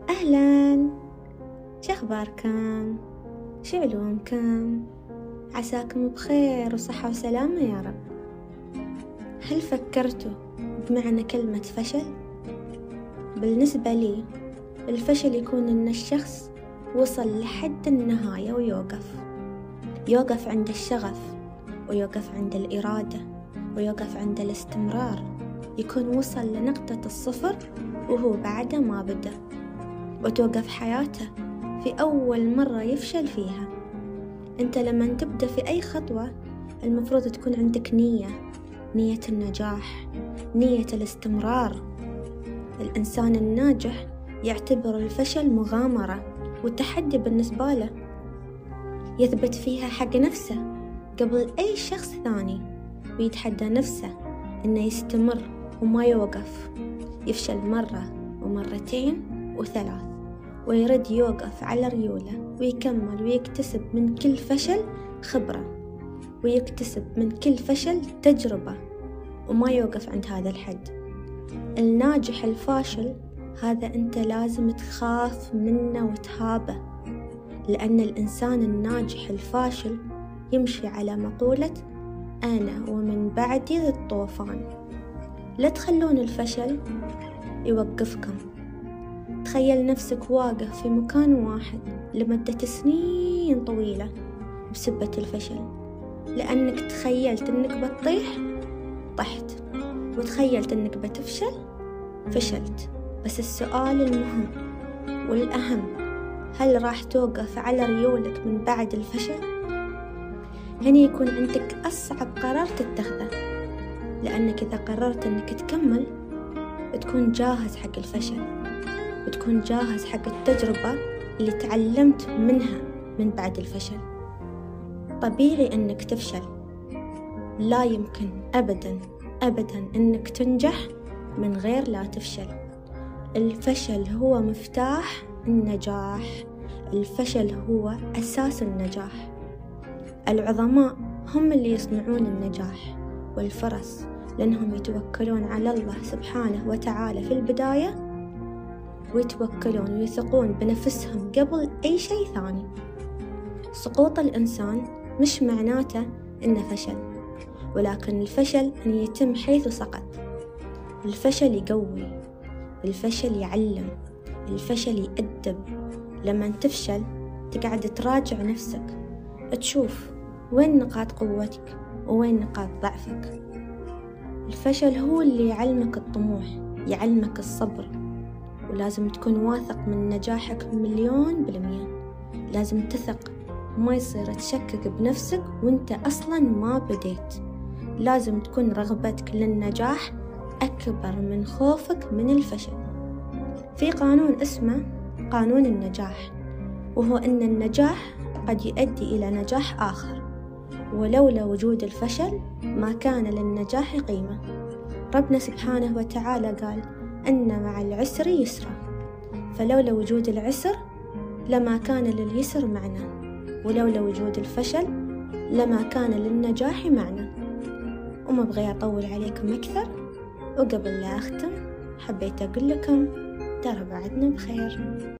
أهلاً، شخباركم؟ شو علومكم؟ عساكم بخير وصحة وسلامة يا رب. هل فكرتوا بمعنى كلمة فشل؟ بالنسبة لي الفشل يكون إن الشخص وصل لحد النهاية ويوقف عند الشغف، ويوقف عند الإرادة، ويوقف عند الاستمرار. يكون وصل لنقطة الصفر وهو بعده ما بدأ، وتوقف حياته في أول مرة يفشل فيها. أنت لما تبدأ في أي خطوة المفروض تكون عندك نية النجاح، نية الاستمرار. الإنسان الناجح يعتبر الفشل مغامرة وتحدي بالنسبة له، يثبت فيها حق نفسه قبل أي شخص ثاني، ويتحدى نفسه إنه يستمر وما يوقف، يفشل مرة ومرتين وثلاث، ويرد يوقف على ريوله ويكمل ويكتسب من كل فشل خبرة، ويكتسب من كل فشل تجربة، وما يوقف عند هذا الحد. الناجح الفاشل هذا أنت لازم تخاف منه وتهابه، لأن الإنسان الناجح الفاشل يمشي على مقولة أنا ومن بعدي الطوفان. لا تخلون الفشل يوقفكم. تخيل نفسك واقف في مكان واحد لمدة سنين طويلة بسبة الفشل، لأنك تخيلت أنك بتطيح طحت، وتخيلت أنك بتفشل فشلت. بس السؤال المهم والأهم، هل راح توقف على ريولك من بعد الفشل؟ هنا يكون عندك أصعب قرار تتخذه، لأنك إذا قررت أنك تكمل تكون جاهز حق الفشل، وتكون جاهز حق التجربة اللي تعلمت منها من بعد الفشل. طبيعي أنك تفشل، لا يمكن أبدا أنك تنجح من غير لا تفشل. الفشل هو مفتاح النجاح، الفشل هو أساس النجاح. العظماء هم اللي يصنعون النجاح والفرص، لأنهم يتوكلون على الله سبحانه وتعالى في البداية، ويتوكلون ويثقون بنفسهم قبل أي شيء ثاني. سقوط الإنسان مش معناته إنه فشل، ولكن الفشل أن يتم حيث سقط. الفشل يقوي، الفشل يعلم، الفشل يأدب. لما تفشل تقعد تراجع نفسك، تشوف وين نقاط قوتك ووين نقاط ضعفك. الفشل هو اللي يعلمك الطموح، يعلمك الصبر، ولازم تكون واثق من نجاحك 100%. لازم تثق، ما يصير تشكك بنفسك وانت أصلا ما بديت. لازم تكون رغبتك للنجاح أكبر من خوفك من الفشل. في قانون اسمه قانون النجاح، وهو أن النجاح قد يؤدي إلى نجاح آخر، ولولا وجود الفشل ما كان للنجاح قيمة. ربنا سبحانه وتعالى قال أن مع العسر يسرا، فلولا وجود العسر لما كان لليسر معنى، ولولا وجود الفشل لما كان للنجاح معنى. وما بغي أطول عليكم أكثر، وقبل لا أختم حبيت أقول لكم ترى بعدنا بخير.